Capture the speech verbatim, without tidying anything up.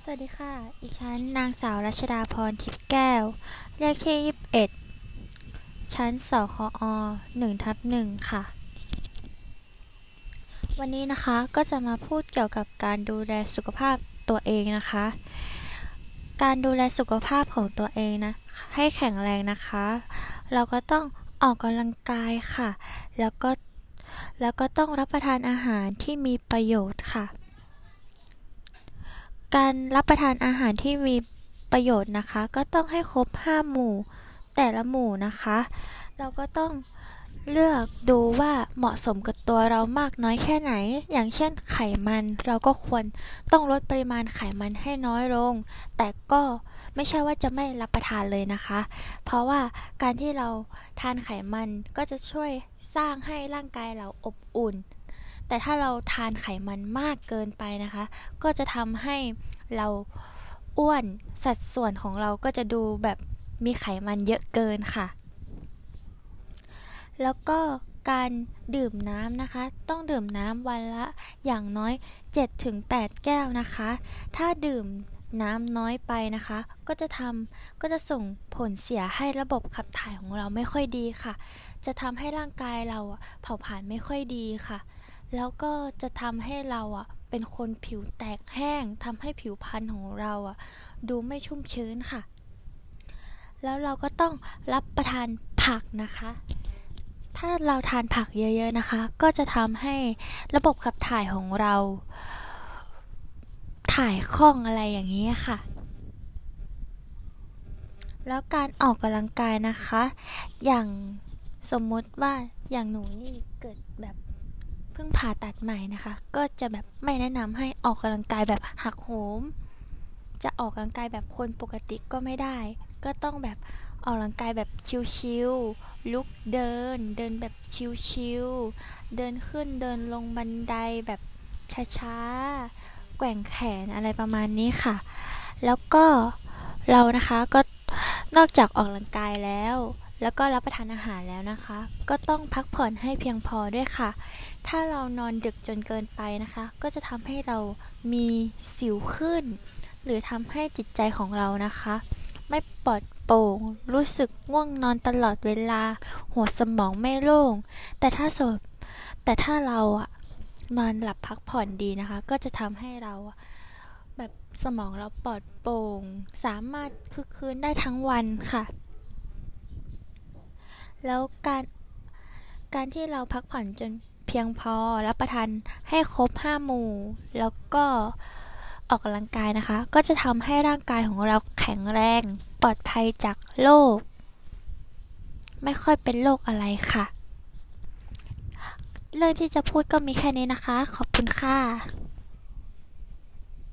สวัสดีค่ะดิฉันนางสาวรัชดาพรทิพย์แก้วเลขที่ยี่สิบเอ็ดชั้นสคอหนึ่งทับหนึ่งค่ะ วันนี้นะคะก็จะมาพูดเกี่ยวกับการดูแลสุขภาพตัวเองนะคะ การดูแลสุขภาพของตัวเองนะให้แข็งแรงนะคะ เราก็ต้องออกกำลังกายค่ะ แล้วก็แล้วก็ต้องรับประทานอาหารที่มีประโยชน์ค่ะ การรับประทานอาหารที่มีประโยชน์นะคะก็ต้องให้ครบห้าหมู่แต่ละหมู่นะคะเราก็ต้องเลือกดูว่าเหมาะสมกับตัวเรามากน้อยแค่ไหนอย่างเช่นไขมันเราก็ควรต้องลดปริมาณไขมันให้น้อยลงแต่ก็ไม่ใช่ว่าจะไม่รับประทานเลยนะคะเพราะว่าการที่เราทานไขมันก็จะช่วยสร้างให้ร่างกายเราอบอุ่นแต่ถ้าเราทานไขมันมากเกินไปนะคะก็จะทำให้เราอ้วนสัดส่วนของเราก็จะดูแบบมีไขมันเยอะเกินค่ะแล้วก็การดื่มน้ำนะคะต้องดื่มน้ำวันละอย่างน้อย เจ็ดถึงแปด แก้วนะคะถ้าดื่มน้ำน้อยไปนะคะก็จะทำก็จะส่งผลเสียให้ระบบขับถ่ายของเราไม่ค่อยดีค่ะจะทำให้ร่างกายเราเผาผลาญไม่ค่อยดีค่ะแล้วก็จะทำให้เราอ่ะเป็นคนผิวแตกแห้งทำให้ผิวพรรณของเราอ่ะดูไม่ชุ่มชื้นค่ะแล้วเราก็ต้องรับประทานผักนะคะถ้าเราทานผักเยอะๆนะคะก็จะทำให้ระบบขับถ่ายของเราถ่ายคล่องอะไรอย่างนี้ค่ะแล้วการออกกำลังกายนะคะอย่างสมมติว่าอย่างหนูนี่เกิดแบบเพิ่งผ่าตัดใหม่นะคะก็จะแบบไม่แนะนำให้ออกกำลังกายแบบหักโหมจะออกกำลังกายแบบคนปกติก็ไม่ได้ก็ต้องแบบออกกำลังกายแบบชิลๆลุกเดินเดินแบบชิลๆเดินขึ้นเดินลงบันไดแบบช้าๆแกว่งแขนอะไรประมาณนี้ค่ะแล้วก็เรานะคะก็นอกจากออกกำลังกายแล้วแล้วก็รับประทานอาหารแล้วนะคะก็ต้องพักผ่อนให้เพียงพอด้วยค่ะถ้าเรานอนดึกจนเกินไปนะคะก็จะทำให้เรามีสิวขึ้นหรือทำให้จิตใจของเรานะคะไม่ปลอดโปร่งรู้สึกง่วงนอนตลอดเวลาหัวสมองไม่โล่งแต่ถ้าสมแต่ถ้าเราอะนอนหลับพักผ่อนดีนะคะก็จะทำให้เราแบบสมองเราปลอดโปร่งสามารถคึกคืนได้ทั้งวันค่ะแล้วการการที่เราพักผ่อนจนเพียงพอรับประทานให้ครบห้าหมู่แล้วก็ออกกำลังกายนะคะก็จะทำให้ร่างกายของเราแข็งแรงปลอดภัยจากโรคไม่ค่อยเป็นโรคอะไรค่ะเรื่องที่จะพูดก็มีแค่นี้นะคะขอบคุณค่ะ